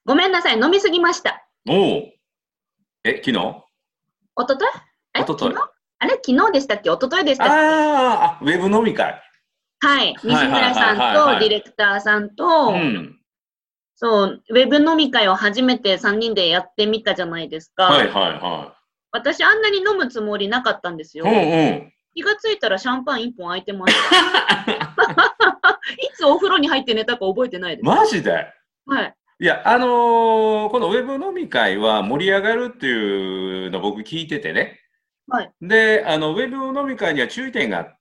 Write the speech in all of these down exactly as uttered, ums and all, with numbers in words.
ごめんなさい、飲みすぎました。 おお。え、昨日おとといえおととい。 昨日あれ昨日でしたっけおとといでしたっけ？ あーあ、ウェブ飲み会。 はい。西はいはい村さんはいはいはい。 とディレクターさんうと、 ん。 そう、ウェブ飲み会を初めてさんにんでやってみたじゃないですか。 はいはいは私あんなに飲むつもりなかったんですい。うんよ。 うん。 気がついたらシャンパンいっぽん空いてました。いつお風呂に入って寝たか覚えてないです。 マジで。 はい。 いや、あのーこのウェブ飲み会は盛り上がるっていうの僕聞いててね。 はい。 で、あの、ウェブ飲み会には注意点があって、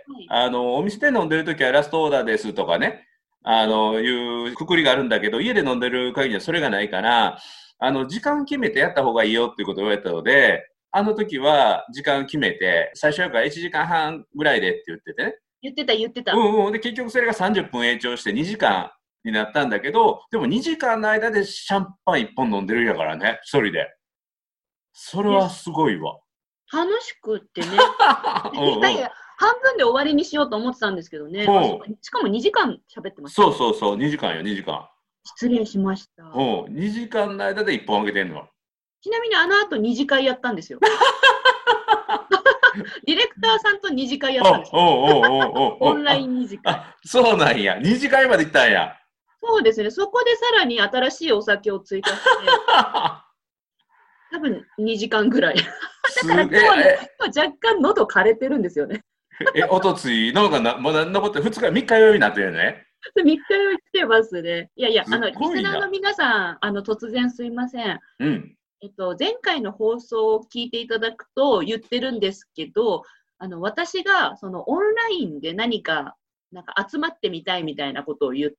はい。 あの、お店で飲んでるときはラストオーダーですとかね、あの、いうくくりがあるんだけど、家で飲んでる限りはそれがないから、あの、時間決めてやった方がいいよっていうことを言われたので、あの時は時間決めて、最初やからいちじかんはんぐらいでって言っててね。 言ってた言ってた。 うんうん。で、結局それがさんじゅっぷん延長してにじかんになったんだけど、でもにじかんの間でシャンパンいっぽん飲んでるんやからね、一人で。それです。 はすごいわ。 楽しくってね。 うんうん。 いやいや、半分で終わりにしようと思ってたんですけどね。あ、そほう。 うしかもにじかん喋ってました。 そうそうそう、にじかんよ、にじか失礼しましん。 た。 ほう、にじかんの間でいっぽんあげてんの。 ちなみにあの後二次会やったんですよ。ディレクターさんと二次会やったんですよ。 おうおうおうおうおう。 オンライあ、 ン二次会。 あ、そうなんや。にじかんまで行ったんや。 そうですね。そこでさらに新しいお酒を追加して、多分にじかんぐらい。だからすげ今日ね、 え、 今日若干喉枯れてるんですよね。 え、え、おとついのがな、もう残ってふつか、みっかようになってるね。 みっか用来てますね。いやいや、 すっあの、リスナーのごいな。 皆さん、あの、突然すいません。 うん。 えっと、前回の放送を聞いていただくと言ってるんですけど、あの、私が、その、オンラインで何か、なんか集まってみたいみたいなことを言って、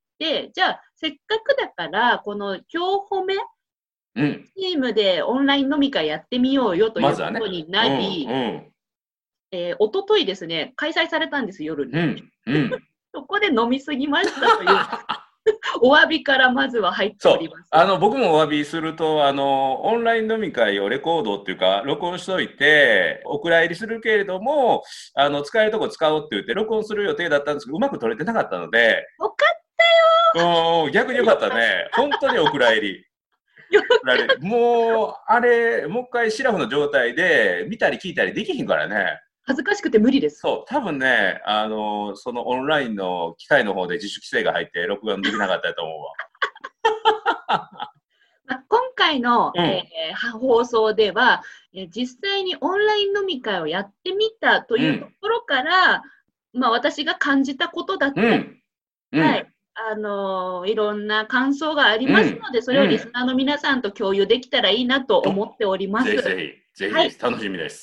じゃあ、せっかくだから、この、今日褒めうん。 チームでオンライン飲み会やってみようよというこまずはね。 とにうん、 なり、 うん、 えー、おとといですね、開催されたんです、夜に。 うん、うん。 そこで飲みすぎましたというお詫びからまずは入っておそう。 ります。 あの、僕もお詫びすると、あの、オンライン飲み会をレコードっていうか、録音しといて、お蔵入りするけれども、あの、使えるとこ使おうって言って、録音する予定だったんですけど、うまく取れてなかったので、 よかっうん、逆によかったね。本当にお蔵入り。 たよ。 あれもう、あれ、もう一回シラフの状態で見たり聞いたりできひんからね。 恥ずかしくて無理です。 そう、多分ね、あの、そのオンラインの機械の方で自主規制が入って録画できなかったと思うわ。 まあ、今回の、 うん、 えー放送では、えー実際にオンライン飲み会をやってみたというとうん、 ころから、まあ、私が感じたことだったり、 うん、うはい、 ん、 あのーいろんな感想がありうん、 ますので、それをリスうん。 ナーの皆さんと共有できたらいいなと思っております。 ぜひぜひ、ぜひはい。 ぜひ、楽しみです。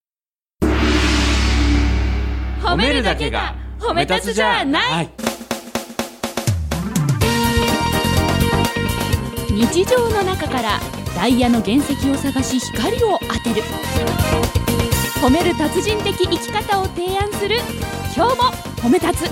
褒めるだけが褒め立つじゃない、はい、日常の中からダイヤの原石を探し光を当てる、褒める達人的生き方を提案する、今日も褒め立つ。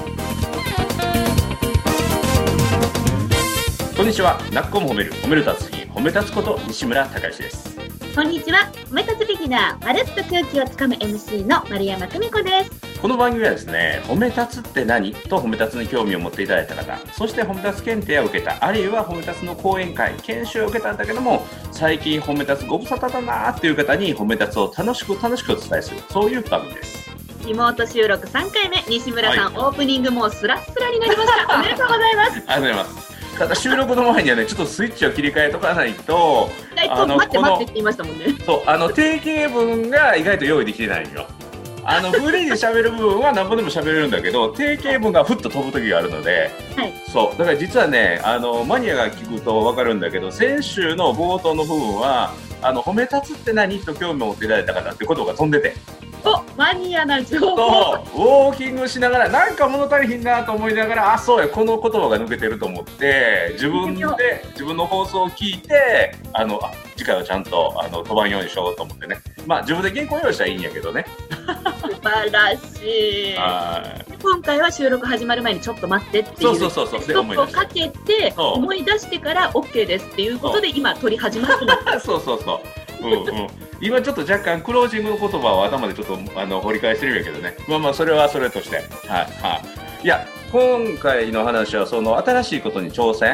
こんにちは。なっこも褒める、褒める達人、褒め立つこと西村孝之です。 こんにちは。褒め立つビギナー、まるっと空気をつかむ エムシー の丸山久美子です。 この番組はですね、褒め立つって何と褒め立つに興味を持っていただいた方、そして褒め立つ検定を受けた、あるいは褒め立つの講演会、研修を受けたんだけども、最近褒め立つご無沙汰だなーっていう方に褒め立つを楽しく楽しくお伝えする、そういう番組です。 リモート収録さんかいめ、西村さん、 はい、 オープニングもスラッスラになりました。おめでとうございます。 ありがとうございます。ただ収録の前にはね、ちょっとスイッチを切り替えとかないと、 意外とあの、この、 待って待ってって言いましたもんね。 そう、あの、定型文が意外と用意できてないんよ。あの、フリーで喋る部分は何本でも喋れるんだけど、定型文がふっと飛ぶ時があるので、 はい。 そう。だから実はね、あの、マニアが聞くとわかるんだけど、先週の冒頭の部分は、あの、褒め立つって何と興味を持っていただいた方ってことが飛んでて。 お、マニアな情報。 そう、ウォーキングしながら、なんか物足りひんなと思いながら、あ、そうや、この言葉が抜けてると思って、自分で、自分の放送を聞いて、あの、あ、次回はちゃんと、あの、飛ばんようにしようと思ってね。まあ、自分で原稿用意したらいいんやけどね。 素晴らしい。 はい。 今回は収録始まる前にちょっと待ってっていうそうそうそうそう。 ストップをかけてそう思い出してから OK ですっていうことで今撮り始まってます。 そうそうそう。うんうん。今ちょっと若干クロージングの言葉を頭でちょっとあの掘り返してるんやけどね。まあまあそれはそれとして。はいはい。いや、今回の話はその新しいことに挑戦。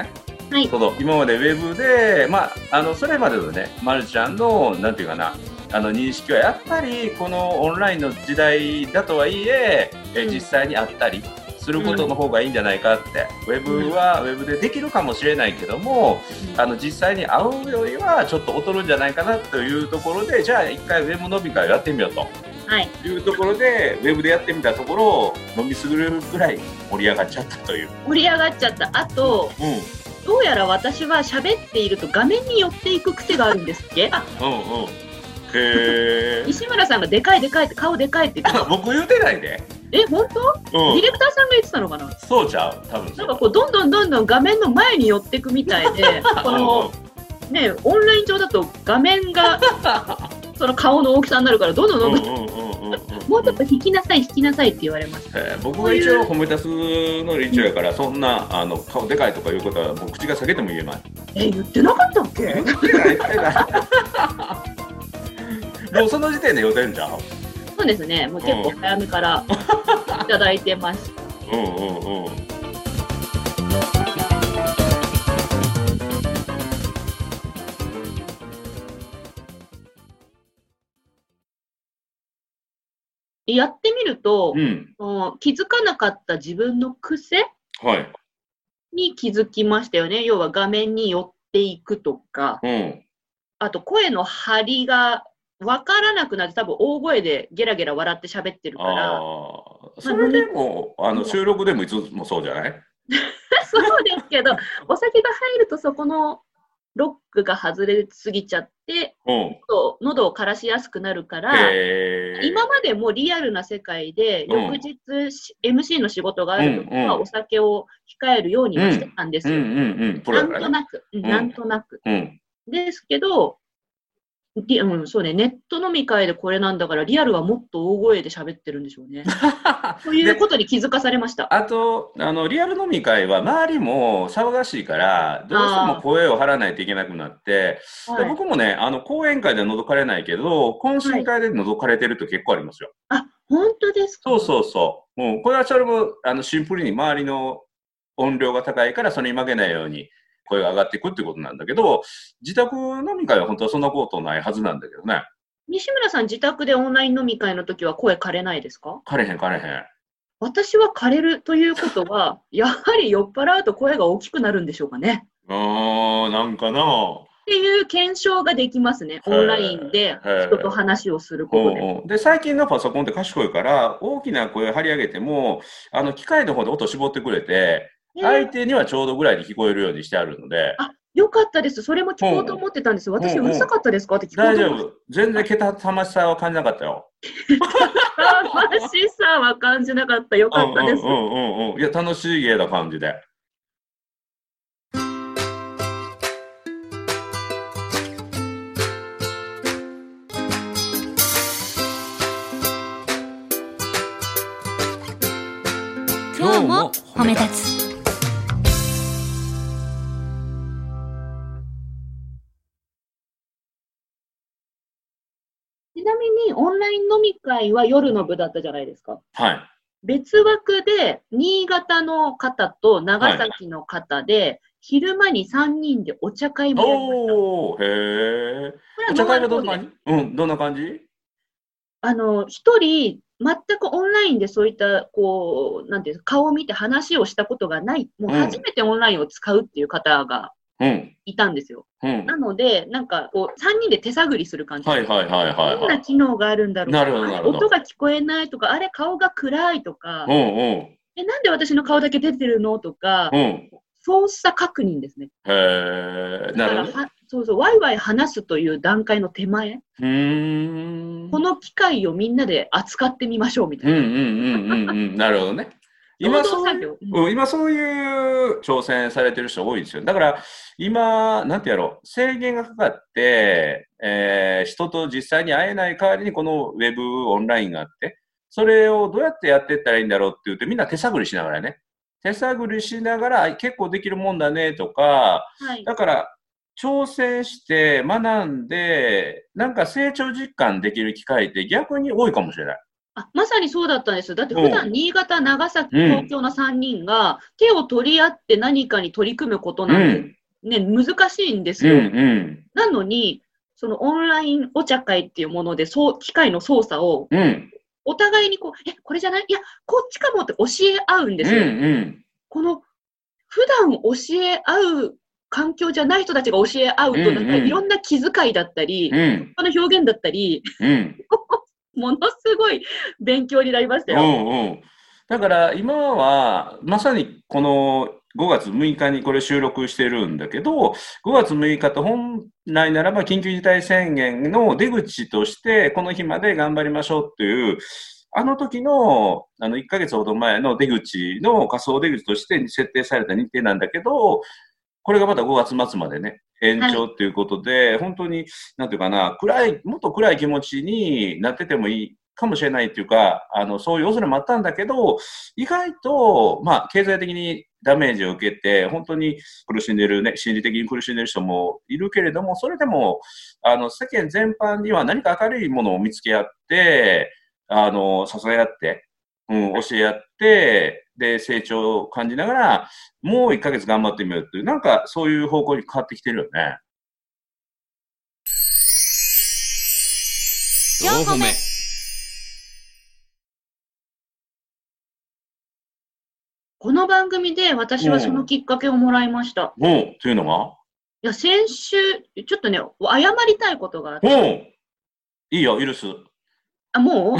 はい、 その今までウェブで、まあ、あのそれまでのね、まるちゃんのなんていうかな、あの認識はやっぱりこのオンラインの時代だとはいえ、えうん実際に会ったりすることの方がいいんじゃないかって、ウェブはウェブでできるかもしれないけども、 うんあの実際に会うよりはちょっと劣るんじゃないかなというところで、じゃあ一回ウェブ飲み会をやってみようとはい、 いうところで、ウェブでやってみたところ、飲みすぐるぐらい盛り上がっちゃったという。 盛り上がっちゃった。あと、 うんどうやら私は喋っていると画面に寄っていく癖があるんですっけ？ うんうん。へー。 西村さんがでかいでかいって顔でかいって言ってた。 僕言うてないで。 え、本当？ うん。 ディレクターさんが言ってたのかな？ そうちゃう多分そう。 なんかこうどんどんどんどん画面の前に寄っていくみたいで、このねオンライン上だと画面がその顔の大きさになるからどんどんどんどん、 うんうんうんうんうんもうちょっと引きなさい引きなさいって言われました。 えー僕が一応褒めたすの連中やから、そんなあの顔でかいとかいうことはもう口が裂けても言えない。 え、言ってなかったっけ？ 言ってない言ってない。もうその時点で予定んじゃん。 そうですね。もう結構早めからいただいてました。 うんうんうん。 やってみると、 うん。 もう気づかなかった自分の癖はい。 に気づきましたよね。要は画面に寄っていくとか、 うん。 あと声の張りが分からなくなって、多分大声でゲラゲラ笑って喋ってるからああ。それでも、あの収録でもいつもそうじゃない？ そうですけど、お酒が入るとそこのロックが外れすぎちゃって、 うん。 と喉を枯らしやすくなるから、 へー。 今までもリアルな世界で、 うん翌日し エムシー の仕事があるときうんうんはお酒を控えるようにはしてたんですよ。 うんうんうん。プロなんだからね。 となく、うんうんなんとなく。 うん。 ですけど、リうん、そうね、ネット飲み会でこれなんだから、リアルはもっと大声で喋ってるんでしょうね。ということに気づかされました。 あと、あの、リアル飲み会は周りも騒がしいから、どうしても声を張らないといけなくなって、ではい、 僕もね、あの、講演会では覗かれないけど、懇親会で覗かれてると結構ありますよ。 あ、本当ですか？ そうそうそう。もう、これはそれも、あの、シンプルに周りの音量が高いから、それに負けないように声が上がっていくってことなんだけど、自宅飲み会は本当はそんなことないはずなんだけどね。 西村さん、自宅でオンライン飲み会の時は声枯れないですか？ 枯れへん枯れへん。 私は枯れるということは、やはり酔っ払うと声が大きくなるんでしょうかね。 あー、なんかな。 っていう検証ができますね。オンラインで人と話をすることで。 うんうん、で最近のパソコンって賢いから大きな声を張り上げてもあの機械の方で音絞ってくれて、 えー相手にはちょうどぐらいに聞こえるようにしてあるので、 あ、よかったです。それも聞こうと思ってたんです。私、 うんうんうるさかったですかって聞こう大丈と思って夫。全然けたたましさは感じなかったよ。 た。楽しさは感じなかった。よかったです。 うんうんうんうん。いや、楽しい芸な感じで。 今日も褒め立つ。 ちなみに、オンライン飲み会は夜の部だったじゃないですか。 はい。 別枠で、新潟の方と長崎の方で、昼間にさんにんでお茶会もやりました。 おー、へー。 これはお茶会ノンアルコールではどんな感じ？うん、どんな感じ？ あの、一人、全くオンラインでそういった、こう、なんていうか、顔を見て話をしたことがない、もう初めてオンラインを使うっていう方がうん。 いたんですよ。 うん。 なので、なんか、こう、さんにんで手探りする感じ。 はいはいはいはいどんはい。 な機能があるんだろう。 なるほどあれなるほど音が聞こえないとか、あれ顔が暗いとかう、んうん。 え、なんで私の顔だけ出てるのとか、 うん。 操作確認ですね。 へー。なだからるほど。 は、そうそう、ワイワイ話すという段階の手前、 うーん。 この機会をみんなで扱ってみましょうみたいな。 うんうんうんうんうん。なるほどね。今共同そういう作業、うんうん、今そういう挑戦されてる人多いですよ。だから今、なんてやろう、制限がかかって、えー人と実際に会えない代わりにこのウェブオンラインがあって、それをどうやってやっていったらいいんだろうって言ってみんな手探りしながらね。手探りしながらあ結構できるもんだねとか、 はい。 だから挑戦して学んで、なんか成長実感できる機会って逆に多いかもしれない。 あ、まさにそうだったんです。だってうん普段新潟、長崎、 うん東京のさんにんが手を取り合って何かに取り組むことなんて、 うんね、難しいんですよ。 うんうん、 なのに、そのオンラインお茶会っていうもので、そう機械の操作を、 うん、 お互いにこう、え、これじゃないいや、こっちかもって教え合うんですよ。 うんうん、 この、普段教え合う環境じゃない人たちが教え合うと、なんかいろんな気遣いだったり、 うん、 この表現だったり、 うん、 ものすごい勉強になりましたよ。 うんうん。だから今はまさにこのごがつむいかにこれ収録してるんだけど、ごがつむいかと本来ならば緊急事態宣言の出口としてこの日まで頑張りましょうっていう、あの時のあのいっかげつほど前の出口の仮想出口として設定された日程なんだけど、これがまたごがつ末までね、延長っていうことで、はい、本当に、なんていうかな、暗い、もっと暗い気持ちになっててもいいかもしれないっていうか、あの、そういう恐れもあったんだけど、意外と、まあ、経済的にダメージを受けて、本当に苦しんでるね、心理的に苦しんでる人もいるけれども、それでも、あの、世間全般には何か明るいものを見つけ合って、あの、支え合って、うん、教え合って、で、成長を感じながら、もういっかげつ頑張ってみようっていう、なんかそういう方向に変わってきてるよね。 よんほめ。 この番組で私はそのきっかけをもらいました。 うん、というのがいや、先週、ちょっとね、謝りたいことがあって。 うん。いいよ、許す。 あ、もう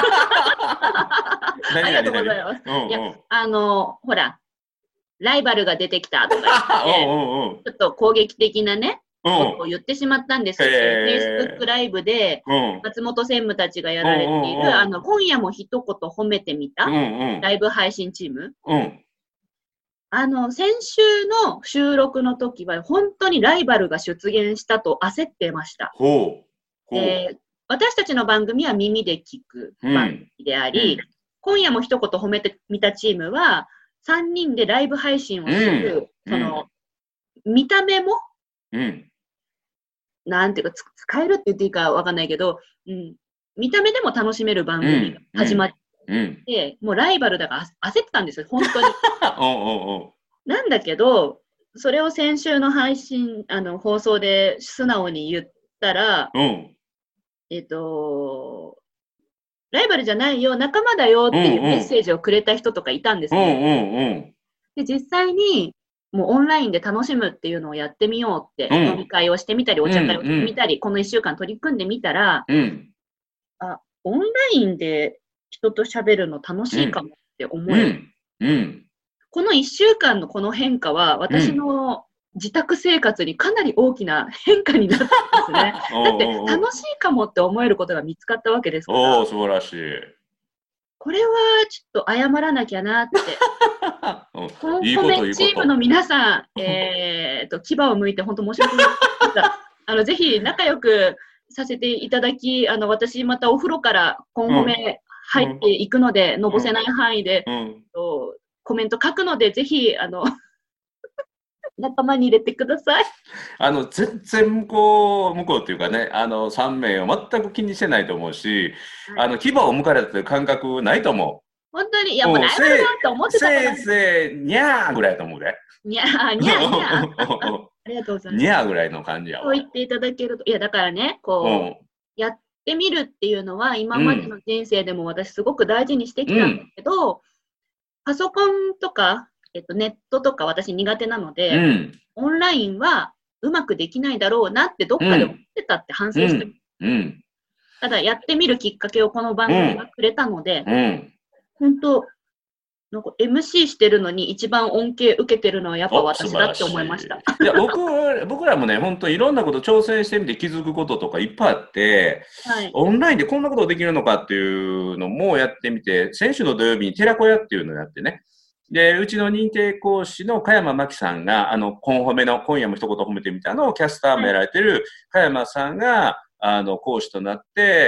何ありがとうございます。 うんうん、 いや、あの、ほら、ライバルが出てきたとか言ってうんうん、 ちょっと攻撃的なね、 うん、 ことを言ってしまったんですよ。Facebook ライブで、松本専務たちがやられている、うんうんうん、あの、今夜も一言褒めてみた、うんうん、ライブ配信チーム。うん、あの、先週の収録の時は、本当にライバルが出現したと焦ってました。 ほうほう、 えー、私たちの番組は耳で聞く番組であり、うんうん、今夜も一言褒めてみたチームは、さんにんでライブ配信をする、うん、その、うん、見た目も、うん、なんていうか、使えるって言っていいかわかんないけど、うん、見た目でも楽しめる番組が始まって、うんうん、もうライバルだから焦ってたんですよ、本当に。 おうおうおう、 なんだけど、それを先週の配信、あの、放送で素直に言ったら、うん、えっと、ライバルじゃないよ、仲間だよっていうメッセージをくれた人とかいたんですね。で、実際に、もうオンラインで楽しむっていうのをやってみようって、うん、飲み会をしてみたり、お茶会をしてみたり、うんうん、このいっしゅうかん取り組んでみたら、うん、あ、オンラインで人と喋るの楽しいかもって思える。うんうん、このいっしゅうかんのこの変化は、私の自宅生活にかなり大きな変化になったんですね。だって楽しいかもって思えることが見つかったわけですから。 おー、素晴らしい。 これはちょっと謝らなきゃなって。コンコメチームの皆さん、えーと、牙を向いて本当申し訳ないです。あの、ぜひ仲良くさせていただき、あの、私またお風呂からコンコメ入っていくので、うん、のぼせない範囲で、うん、とコメント書くので、ぜひ、あの、仲間に入れてください。 あの、全然向こう、向こうっていうかね、あの、さん名を全く気にしてないと思うし、はい、あの、牙を向かれたという感覚ないと思う。 本当に、いや、もうライバルだって思ってたから。 せいぜい、にゃーぐらいだと思うで。 にゃー、にゃー、にゃー。ありがとうございます。 にゃーぐらいの感じやわ。 そう言っていただけると、いや、だからね、こう、うん、やってみるっていうのは、今までの人生でも私すごく大事にしてきたんだけど、うん、パソコンとか、えっと、ネットとか私苦手なので、うん、オンラインはうまくできないだろうなってどっかで思ってたって反省してる、うんうん、ただやってみるきっかけをこの番組がくれたので、うん、本当なんか エムシー してるのに一番恩恵受けてるのはやっぱ私だって思いました。 いや 僕, 僕らもね、本当いろんなこと挑戦してみて気づくこととかいっぱいあって、はい、オンラインでこんなことできるのかっていうのもやってみて、先週の土曜日に寺子屋っていうのをやってね、で、うちの認定講師の加山真紀さんが、あの、コン褒めの、今夜も一言褒めてみたのをキャスターもやられてる加山さんが、あの、講師となって、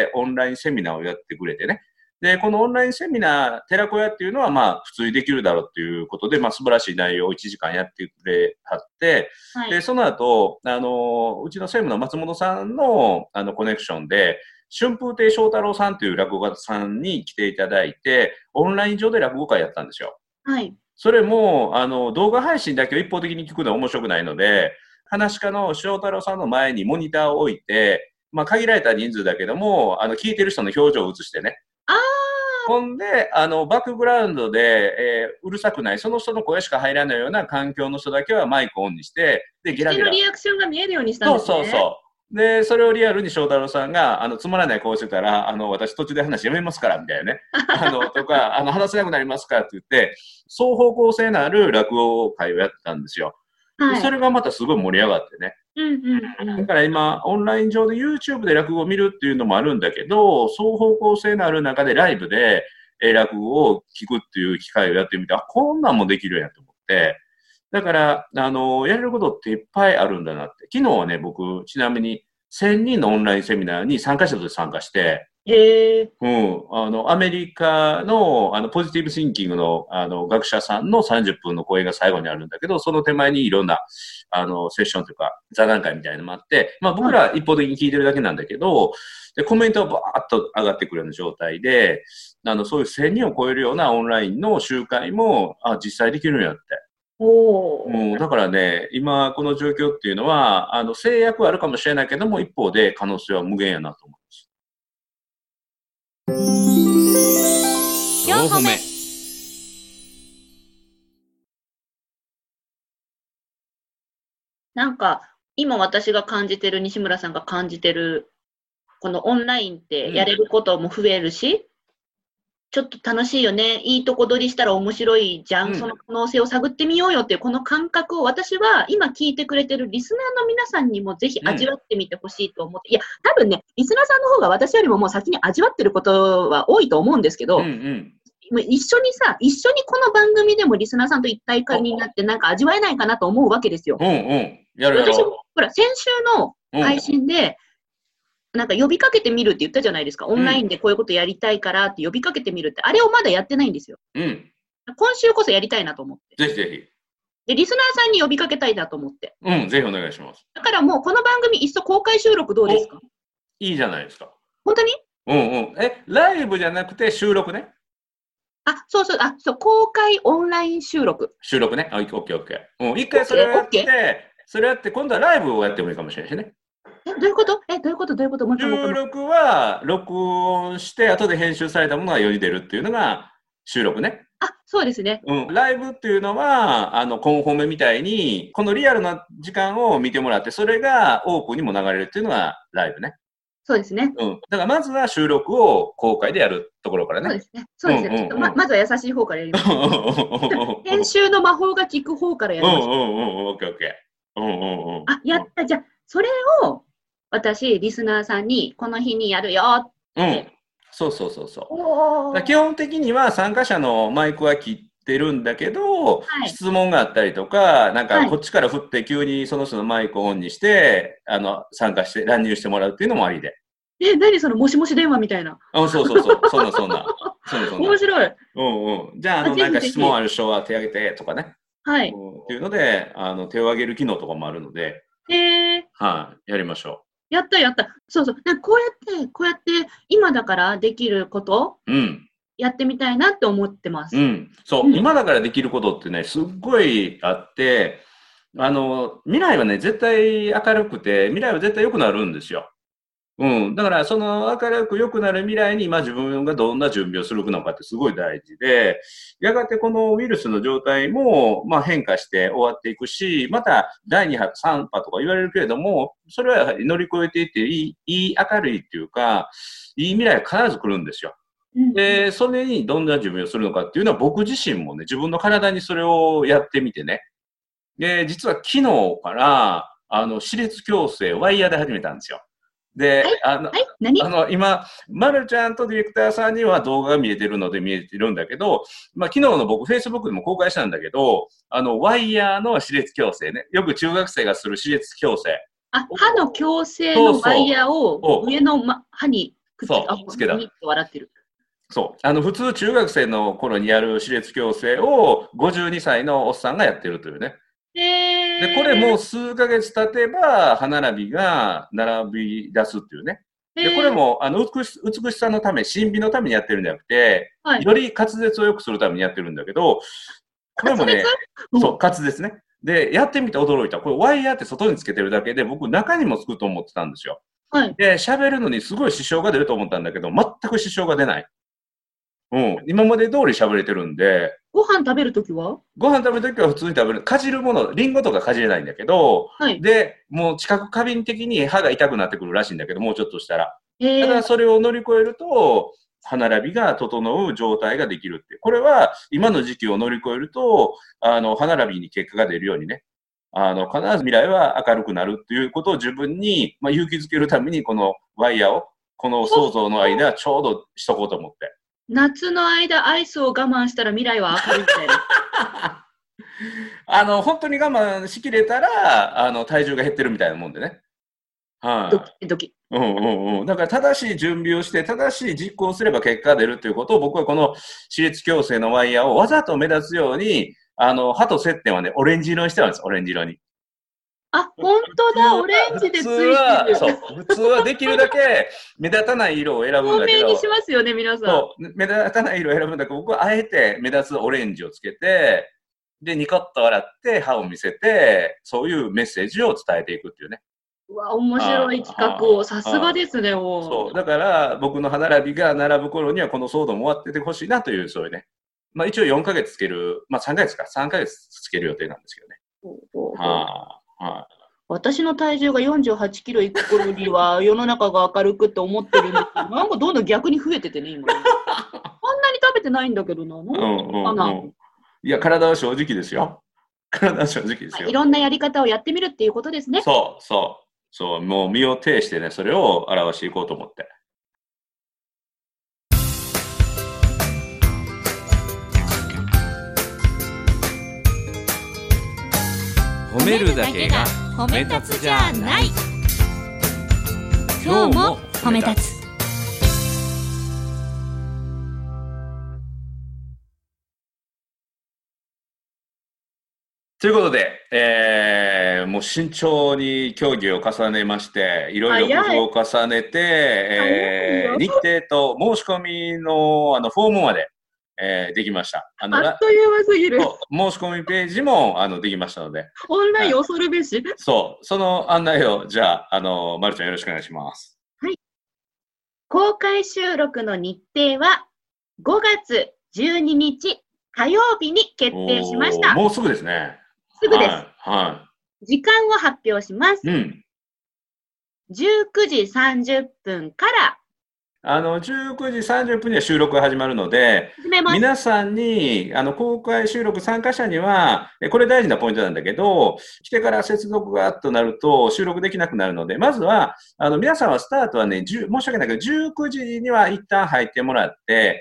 オンラインセミナーをやってくれてね。で、このオンラインセミナー、寺子屋っていうのは、まあ、普通にできるだろうっていうことで、まあ、素晴らしい内容をいちじかんやってくれはって、はい、で、その後、あの、うちの専務の松本さんの、あの、コネクションで、春風亭昇太郎さんという落語家さんに来ていただいて、オンライン上で落語会やったんですよ。 はい。 それも、あの、動画配信だけを一方的に聞くのは面白くないので、話し家の翔太郎さんの前にモニターを置いて、まあ、限られた人数だけども、あの、聞いてる人の表情を映してね。 あほんで、あの、バックグラウンドで、えー、うるさくない、その人の声しか入らないような環境の人だけはマイクオンにして、で、ゲラゲラ。 人のリアクションが見えるようにしたんですね。 そうそうそう。で、それをリアルに翔太郎さんが、あの、つまらない顔してたら、あの、私途中で話やめますから、みたいなね。あの、とか、あの、話せなくなりますかって言って、双方向性のある落語会をやってたんですよ。はい、それがまたすごい盛り上がってね。 うんうんうん、 だから今、オンライン上で YouTube で落語を見るっていうのもあるんだけど、双方向性のある中でライブで落語を聞くっていう機会をやってみて、あ、こんなんもできるやんと思って。だから、あの、やれることっていっぱいあるんだなって。昨日はね、僕、ちなみにせんにんのオンラインセミナーに参加者として参加して、 へー。 うん。あの、アメリカの、あの、ポジティブシンキングの、あの、学者さんのさんじゅっぷんの講演が最後にあるんだけど、その手前にいろんな、あの、セッションというか、座談会みたいなのもあって、まあ僕ら一方的に聞いてるだけなんだけど、で、コメントがバーッと上がってくるような状態で、あの、そういうせんにんを超えるようなオンラインの集会も、あ、実際できるんやって。 おうん、だからね、今この状況っていうのは、あの、制約はあるかもしれないけども、一方で可能性は無限やなと思います。 よんほめ。 なんか今私が感じてる、西村さんが感じてるこのオンラインってやれることも増えるし、うん、ちょっと楽しいよね、いいとこ取りしたら面白いじゃん、うん、その可能性を探ってみようよっていうこの感覚を私は今聞いてくれてるリスナーの皆さんにもぜひ味わってみてほしいと思って、うん、いや多分ねリスナーさんの方が私よりももう先に味わってることは多いと思うんですけど、うんうん、一緒にさ一緒にこの番組でもリスナーさんと一体化になってなんか味わえないかなと思うわけですよ。 うんうん、やるやろう。 私もほら先週の配信で、うん、なんか呼びかけてみるって言ったじゃないですか。オンラインでこういうことやりたいからって呼びかけてみるって、あれをまだやってないんですよ。 うん。 今週こそやりたいなと思って。 ぜひぜひ。 で、リスナーさんに呼びかけたいなと思って。 うん、ぜひお願いします。 だからもうこの番組いっそ公開収録どうですか？ いいじゃないですか。 本当に？ うんうん。え、ライブじゃなくて収録ね。 あ、そうそう、あ、そう、公開オンライン収録。 収録ね。あ、オッケーオッケー。うん、一回それをやって、それやって今度はライブをやってもいいかもしれないしね。 え、どういうこと？え、どういうこと？どういうこと？もう一回もう一回。 収録は録音して後で編集されたものが世に出るっていうのが収録ね。 あ、そうですね。 うん。ライブっていうのは、あの、コンフォメみたいに、このリアルな時間を見てもらって、それがオープンにも流れるっていうのがライブね。 そうですね。 うん。だからまずは収録を公開でやるところからね。 そうですね。そうですね。うんうんうん、ちょっと ま, まずは優しい方からやります。編集の魔法が効く方からやります。 うんうんうん。オッケーオッケー。うんうんうん。 あ、やった。じゃあ、それを私、リスナーさんにこの日にやるよって。 うん。そうそうそうそう。基本的には参加者のマイクは切ってるんだけど、はい、質問があったりとか、なんかこっちから振って急にその人のマイクをオンにして、あの、参加して、乱入してもらうっていうのもありで。 え、何そのもしもし電話みたいな。 あ、そうそうそう。そんなそんな。そんなそんな。 面白い。 うんうん。じゃあ、あの、なんか質問ある人は手挙げてとかね。 はい。 っていうので、あの、手を挙げる機能とかもあるので。 へー。 はい、やりましょう。 やったやった。そうそう。なんかこうやって、こうやって今だからできること、うん、やってみたいなって思ってます。 うん。そう、うん、今だからできることってね、すっごいあって、あの、未来はね、絶対明るくて、未来は絶対良くなるんですよ。うん。だから、その明るく良くなる未来に今自分がどんな準備をするのかってすごい大事で、やがてこのウイルスの状態も、まあ変化して終わっていくし、まただいに波、さん波とか言われるけれども、それはやはり乗り越えていっていい、いい明るいっていうか、いい未来が必ず来るんですよ。で、それにどんな準備をするのかっていうのは僕自身もね、自分の体にそれをやってみてね。で、実は昨日から、あの、歯列矯正ワイヤーで始めたんですよ。で、 はい、 あの、 はい、何？ あの、今、まるちゃんとディレクターさんには動画が見えてるので見えてるんだけど、まあ、昨日の僕、Facebook でも公開したんだけど、あの、ワイヤーの歯列矯正ね。よく中学生がする歯列矯正。 あ、歯の矯正のワイヤーを上の、ま、歯にくっつけた。 つけた。 笑ってる。 そう。あの、普通中学生の頃にやる歯列矯正をごじゅうにさいのおっさんがやってるというね。 へー。 で、これも数ヶ月経てば、歯並びが並び出すっていうね。で、これも、あの、美し、美しさのため、神秘のためにやってるんじゃなくて、はい、より滑舌を良くするためにやってるんだけど、 これもね、 うんそう、滑ですね。で、やってみて驚いた。これワイヤーって外につけてるだけで、僕中にもつくと思ってたんですよ。 はい。 で、喋るのにすごい支障が出ると思ったんだけど、全く支障が出ない。うん。今まで通り喋れてるんで、 ご飯食べるときはご飯食べるときは普通に食べる。かじるもの、リンゴとかかじれないんだけど、 はい。 で、もう知覚過敏的に歯が痛くなってくるらしいんだけど、もうちょっとしたら。 えーただ、それを乗り越えると、歯並びが整う状態ができるって。これは、今の時期を乗り越えると、あの、歯並びに結果が出るようにね、あの、必ず未来は明るくなるっていうことを自分に、まあ、勇気づけるために、このワイヤーを、この想像の間、ちょうどしとこうと思って。 夏の間アイスを我慢したら未来は明るいみたいな。 あの、本当に我慢しきれたら、あの、体重が減ってるみたいなもんでね。はい、 ドキドキ。 うんうんうん。だから正しい準備をして、正しい実行をすれば結果が出るということを、僕はこの私立矯正のワイヤーをわざと目立つように、あの、歯と接点はね、オレンジ色にしてあるんです、オレンジ色に。 あ、本当だ、オレンジでつい普通は、 てる。 そう、普通はできるだけ目立たない色を選ぶん透だけど、 明にしますよね、皆さん。 そう、目立たない色を選ぶんだけど、僕はあえて目立つオレンジをつけて、で、ニコッと笑って歯を見せて、そういうメッセージを伝えていくっていうね。 うわ、面白い企画を。さすがですね、もう。 そう。だから、僕の歯並びが並ぶ頃にはこの騒動も終わっててほしいなという、そういうね。まあ一応よんかげつつける、まあさんかげつか、さんかげつつける予定なんですけどね。 ほうほうほうはあ、はあ。 私の体重がよんじゅうはちキロいく頃には世の中が明るくって思ってるんですけど、なんかどんどん逆に増えててね、今ね。こんなに食べてないんだけどな。なんうんうんかな。 うん。いや、体は正直ですよ。体は正直ですよ。 まあいろんなやり方をやってみるっていうことですね。 そう、そう。そう、もう身を挺してね、それを表していこうと思って。 褒めるだけが褒め立つじゃない。今日も褒め立つ。 ということで、えー、もう慎重に協議を重ねまして、いろいろ工夫を重ねて、えー、日程と申し込みのあのフォームまで、えー、できました。あのあっという間すぎる。 申し込みページもあのできましたので。 オンライン恐るべし。 そう、その案内を、じゃあ、あの、まるちゃんよろしくお願いします。 はい。公開収録の日程はごがつじゅうににち火曜日に決定しました。 もうすぐですね。 すぐです。 はい。はい、 時間を発表します。 うん。 じゅうくじさんじゅっぷんから、 あの、じゅうくじさんじゅっぷんには収録が始まるので、 始めます。 皆さんに、あの、公開収録参加者には、これ大事なポイントなんだけど、来てから接続がとなると収録できなくなるので、まずは、あの、皆さんはスタートはね、申し訳ないけど、じゅうくじには一旦入ってもらって、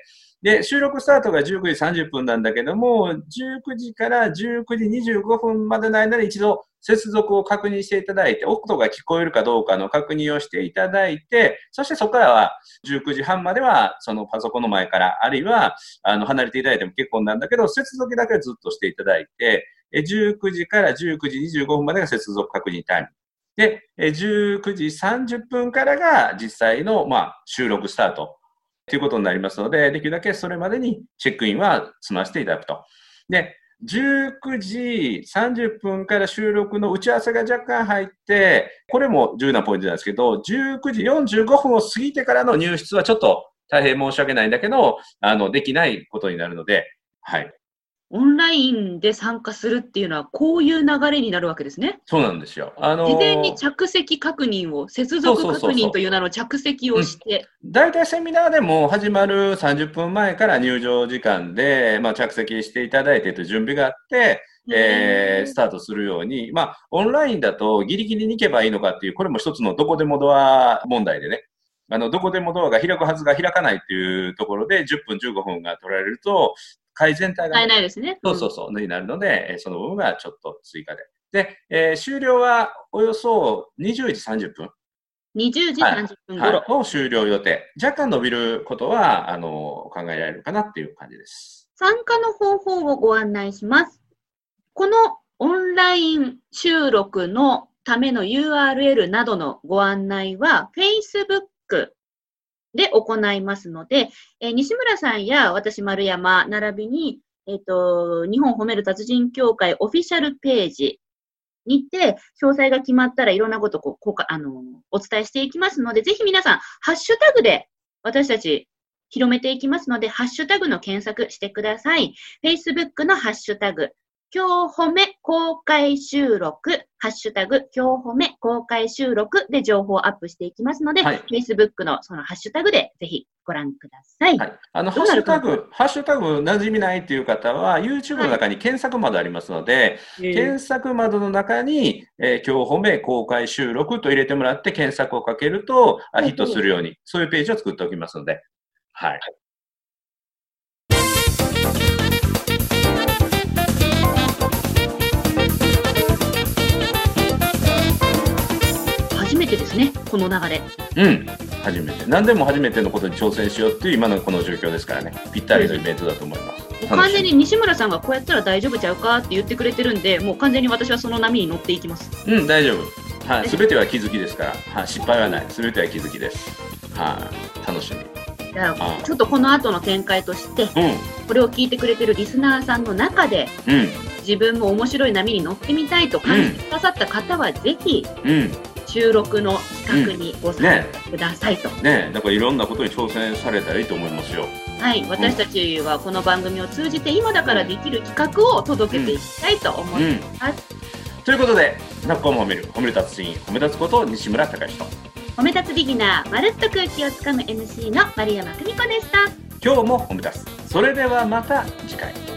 で、収録スタートがじゅうくじさんじゅっぷんなんだけども、じゅうくじからじゅうくじにじゅうごふんまでの間に一度接続を確認していただいて、音が聞こえるかどうかの確認をしていただいて、そしてそこからはじゅうくじはんまではそのパソコンの前から、あるいはあの離れていただいても結構なんだけど、接続だけはずっとしていただいて、じゅうくじからじゅうくじにじゅうごふんまでが接続確認タイム。で、じゅうくじさんじゅっぷんからが実際の、まあ、収録スタート。ということになりますので、できるだけそれまでにチェックインは済ませていただくと。で、じゅうくじさんじゅっぷんから収録の打ち合わせが若干入って、これも重要なポイントなんですけど、じゅうくじよんじゅうごふんを過ぎてからの入室はちょっと大変申し訳ないんだけど、あの、できないことになるので、はい。 オンラインで参加するっていうのは、こういう流れになるわけですね。 そうなんですよ。あのー、 事前に着席確認を、接続確認という名の着席をして。 大体セミナーでも始まるさんじゅっぷんまえから入場時間で、まあ、着席していただいてという準備があって、えー、スタートするように、まあ、オンラインだとギリギリに行けばいいのかっていう、これも一つのどこでもドア問題でね。あの、どこでもドアが開くはずが開かないっていうところでじゅっぷん、じゅうごふんが取られると、会全体が、 ね、ないですね。 そうそうそう、になるので、その部分がちょっと追加で。で、えー、終了はおよそにじゅうじさんじゅっぷん。 にじゅうじさんじゅっぷん頃、 はいはい、を終了予定。若干伸びることは、あの、考えられるかなっていう感じです。 参加の方法をご案内します。このオンライン収録のための ユーアールエル などのご案内は Facebook で行いますので、えー、西村さんや私丸山並びにえっと、日本褒める達人協会オフィシャルページにて、詳細が決まったらいろんなことをこうこうかあのお伝えしていきますので、ぜひ皆さん、ハッシュタグで私たち広めていきますので、ハッシュタグの検索してください。Facebook のハッシュタグ、今日褒め公開収録、ハッシュタグ、今日褒め公開収録で情報をアップしていきますので、はい、Facebook のそのハッシュタグでぜひご覧ください。 はい、あのハッシュタグ、ハッシュタグ馴染みないという方は、YouTube の中に検索窓ありますので、はい、検索窓の中に、えー、今日褒め公開収録と入れてもらって検索をかけると、あヒットするように、そういうページを作っておきますので、はい。 初めてですね、この流れ。 うん、初めて。何でも初めてのことに挑戦しようっていう今のこの状況ですからね、ぴったりのイベントだと思います。 完全に西村さんがこうやったら大丈夫ちゃうかって言ってくれてるんで、もう完全に私はその波に乗っていきます。 うん、大丈夫。はい、すべては気づきですから、はい、失敗はない。すべては気づきです。はい、楽しみ。 じゃあ、ちょっとこの後の展開として、うん、これを聞いてくれてるリスナーさんの中で、うん、自分も面白い波に乗ってみたいと感じてくださった方は、ぜひ、うん、収録の企画にご参加くださいと。 うん、ね, ねだからいろんなことに挑戦されたらいいと思いますよ。 はい、私たちはこの番組を通じて今だからできる企画を届けていきたいと思います。 うん、ということで、なっこも褒める、褒める達人、褒め立つこと西村隆之と、 褒め立つビギナー、まるっと空気をつかむ エムシー の丸山久美子でした。 今日も褒め立つ。それではまた次回。